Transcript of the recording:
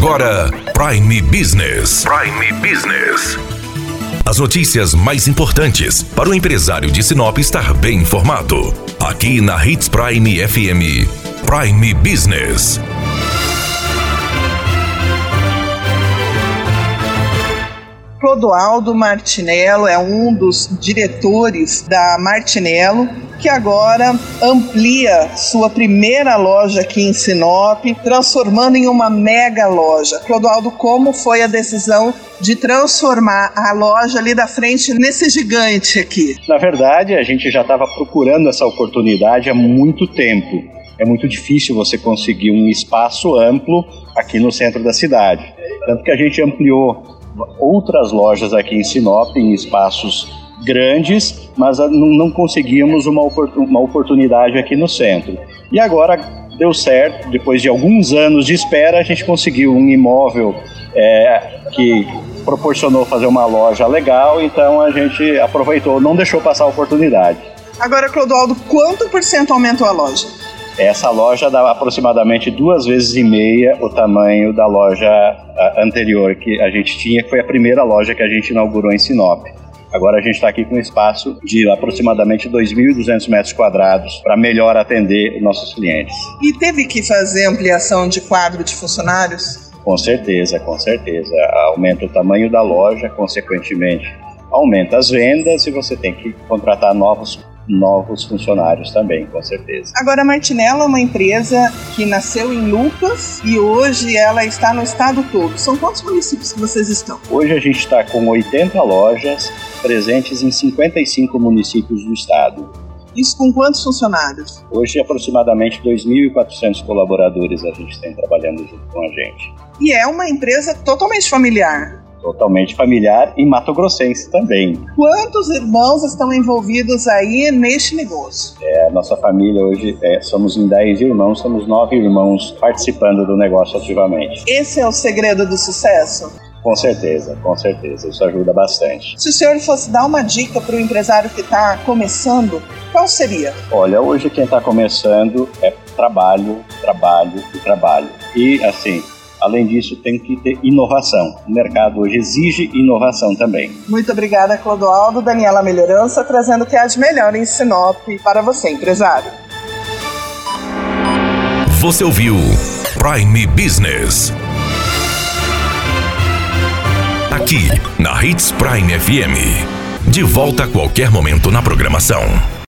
agora, Prime Business. Prime Business. As notícias mais importantes para o empresário de Sinop estar bem informado. Aqui na Hits Prime FM. Prime Business. Clodoaldo Martinello é um dos diretores da Martinello, que agora amplia sua primeira loja aqui em Sinop, transformando em uma mega loja. Clodoaldo, como foi a decisão de transformar a loja ali da frente nesse gigante aqui? Na verdade, a gente já estava procurando essa oportunidade há muito tempo. É muito difícil você conseguir um espaço amplo aqui no centro da cidade. Tanto que a gente ampliou outras lojas aqui em Sinop, em espaços grandes, mas não conseguíamos uma oportunidade aqui no centro. E agora deu certo, depois de alguns anos de espera, a gente conseguiu um imóvel que proporcionou fazer uma loja legal, então a gente aproveitou, não deixou passar a oportunidade. Agora, Clodoaldo, quanto por cento aumentou a loja? Essa loja dá aproximadamente 2,5 vezes o tamanho da loja anterior que a gente tinha, que foi a primeira loja que a gente inaugurou em Sinop. Agora a gente está aqui com um espaço de aproximadamente 2.200 metros quadrados para melhor atender os nossos clientes. E teve que fazer ampliação de quadro de funcionários? Com certeza, com certeza. Aumenta o tamanho da loja, consequentemente aumenta as vendas e você tem que contratar novos funcionários também, com certeza. Agora, a Martinello é uma empresa que nasceu em Lucas e hoje ela está no estado todo. São quantos municípios que vocês estão? Hoje a gente está com 80 lojas presentes em 55 municípios do estado. Isso com quantos funcionários? Hoje, aproximadamente 2.400 colaboradores a gente tem trabalhando junto com a gente. E é uma empresa totalmente familiar. Totalmente familiar e mato-grossense também. Quantos irmãos estão envolvidos aí neste negócio? A nossa família hoje, somos em 10 irmãos, somos 9 irmãos participando do negócio ativamente. Esse é o segredo do sucesso? Com certeza, isso ajuda bastante. Se o senhor fosse dar uma dica para o empresário que está começando, qual seria? Olha, hoje quem está começando é trabalho. E assim, além disso, tem que ter inovação. O mercado hoje exige inovação também. Muito obrigada, Clodoaldo. Daniela Melhorança, trazendo o que há de melhor em Sinop para você, empresário. Você ouviu Prime Business. Aqui, na Hits Prime FM. De volta a qualquer momento na programação.